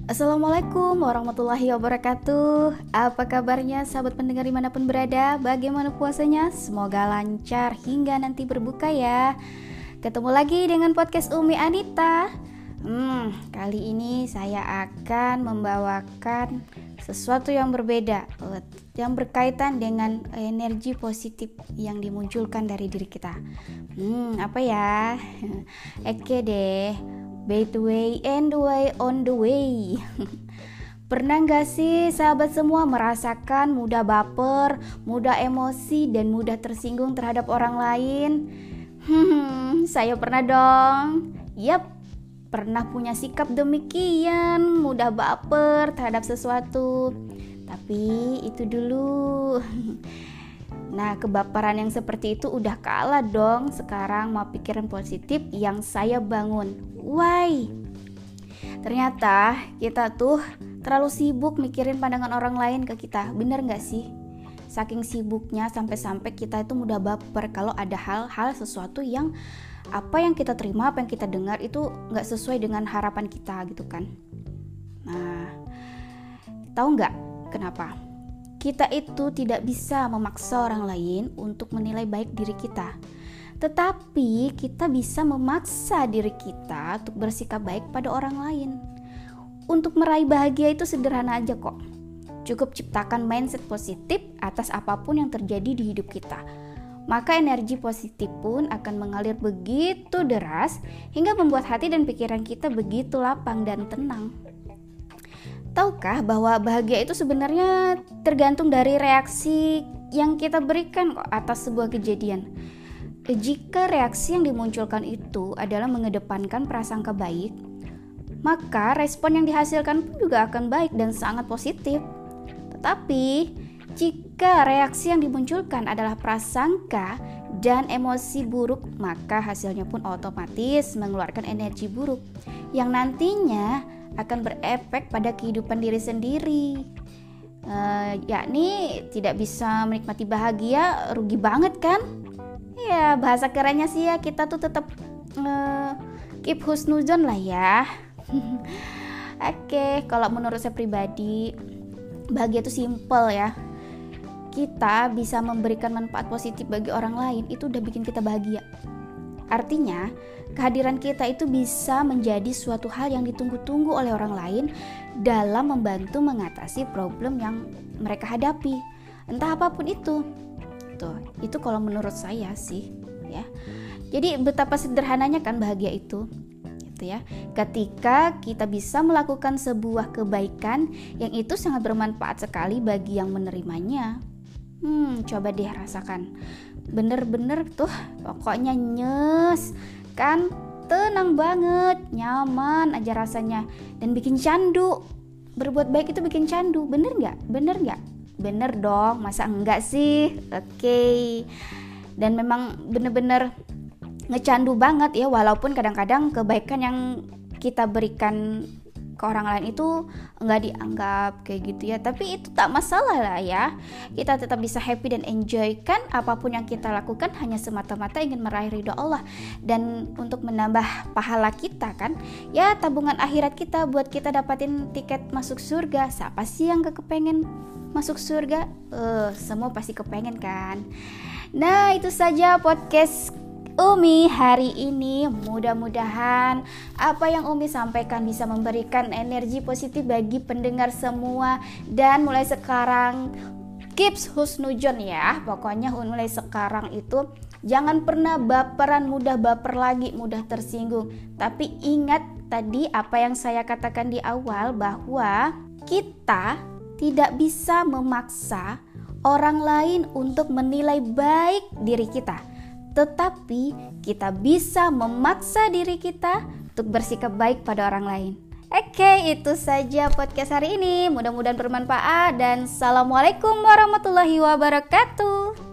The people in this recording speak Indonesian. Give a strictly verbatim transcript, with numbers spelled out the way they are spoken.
Assalamualaikum warahmatullahi wabarakatuh. Apa kabarnya sahabat pendengar dimanapun berada? Bagaimana puasanya? Semoga lancar hingga nanti berbuka ya. Ketemu lagi dengan podcast Umi Anita. Hmm, kali ini saya akan membawakan sesuatu yang berbeda, yang berkaitan dengan energi positif yang dimunculkan dari diri kita. Hmm, apa ya? Oke deh. By the way and the way on the way. Pernah gak sih sahabat semua merasakan mudah baper, mudah emosi, dan mudah tersinggung terhadap orang lain? Hmm, saya pernah dong. Yap, pernah punya sikap demikian, mudah baper terhadap sesuatu. Tapi itu dulu. Nah, kebaperan yang seperti itu udah kalah dong. Sekarang mau pikiran positif yang saya bangun. Why? Ternyata kita tuh terlalu sibuk mikirin pandangan orang lain ke kita. Bener gak sih? Saking sibuknya sampai-sampai kita itu mudah baper kalau ada hal-hal sesuatu yang apa yang kita terima, apa yang kita dengar itu gak sesuai dengan harapan kita gitu kan. Nah, tahu gak kenapa? Kita itu tidak bisa memaksa orang lain untuk menilai baik diri kita. Tetapi kita bisa memaksa diri kita untuk bersikap baik pada orang lain. Untuk meraih bahagia itu sederhana aja kok. Cukup ciptakan mindset positif atas apapun yang terjadi di hidup kita. Maka energi positif pun akan mengalir begitu deras hingga membuat hati dan pikiran kita begitu lapang dan tenang. Tahukah bahwa bahagia itu sebenarnya tergantung dari reaksi yang kita berikan kok atas sebuah kejadian. Jika reaksi yang dimunculkan itu adalah mengedepankan prasangka baik, maka respon yang dihasilkan pun juga akan baik dan sangat positif. Tetapi jika reaksi yang dimunculkan adalah prasangka dan emosi buruk, maka hasilnya pun otomatis mengeluarkan energi buruk yang nantinya akan berefek pada kehidupan diri sendiri, uh, yakni tidak bisa menikmati bahagia, rugi banget kan? Ya, bahasa kerennya sih ya, kita tuh tetap uh, keep husnuzon lah ya. Oke, kalau menurut saya pribadi, bahagia itu simple ya. Kita bisa memberikan manfaat positif bagi orang lain, itu udah bikin kita bahagia. Artinya, kehadiran kita itu bisa menjadi suatu hal yang ditunggu-tunggu oleh orang lain dalam membantu mengatasi problem yang mereka hadapi. Entah apapun itu. Tuh, itu kalau menurut saya sih, ya. Jadi betapa sederhananya kan bahagia itu. Gitu ya. Ketika kita bisa melakukan sebuah kebaikan yang itu sangat bermanfaat sekali bagi yang menerimanya. Hmm, coba deh rasakan. Bener-bener tuh pokoknya nyes kan, tenang banget, nyaman aja rasanya, dan bikin candu. Berbuat baik itu bikin candu, bener gak? Bener gak? Bener dong, masa enggak sih? Oke okay. Dan memang bener-bener ngecandu banget ya, walaupun kadang-kadang kebaikan yang kita berikan ke orang lain itu enggak dianggap kayak gitu ya, tapi itu tak masalah lah ya. Kita tetap bisa happy dan enjoy kan apapun yang kita lakukan hanya semata-mata ingin meraih ridho Allah dan untuk menambah pahala kita kan ya, tabungan akhirat kita buat kita dapatin tiket masuk surga. Siapa sih yang gak kepengen masuk surga? Uh, semua pasti kepengen kan. Nah, itu saja podcast Umi hari ini. Mudah-mudahan apa yang Umi sampaikan bisa memberikan energi positif bagi pendengar semua. Dan mulai sekarang keeps husnujon ya. Pokoknya mulai sekarang itu jangan pernah baperan, mudah baper lagi, mudah tersinggung. Tapi ingat tadi apa yang saya katakan di awal, bahwa kita tidak bisa memaksa orang lain untuk menilai baik diri kita. Tetapi kita bisa memaksa diri kita untuk bersikap baik pada orang lain. Oke, itu saja podcast hari ini. Mudah-mudahan bermanfaat dan assalamualaikum warahmatullahi wabarakatuh.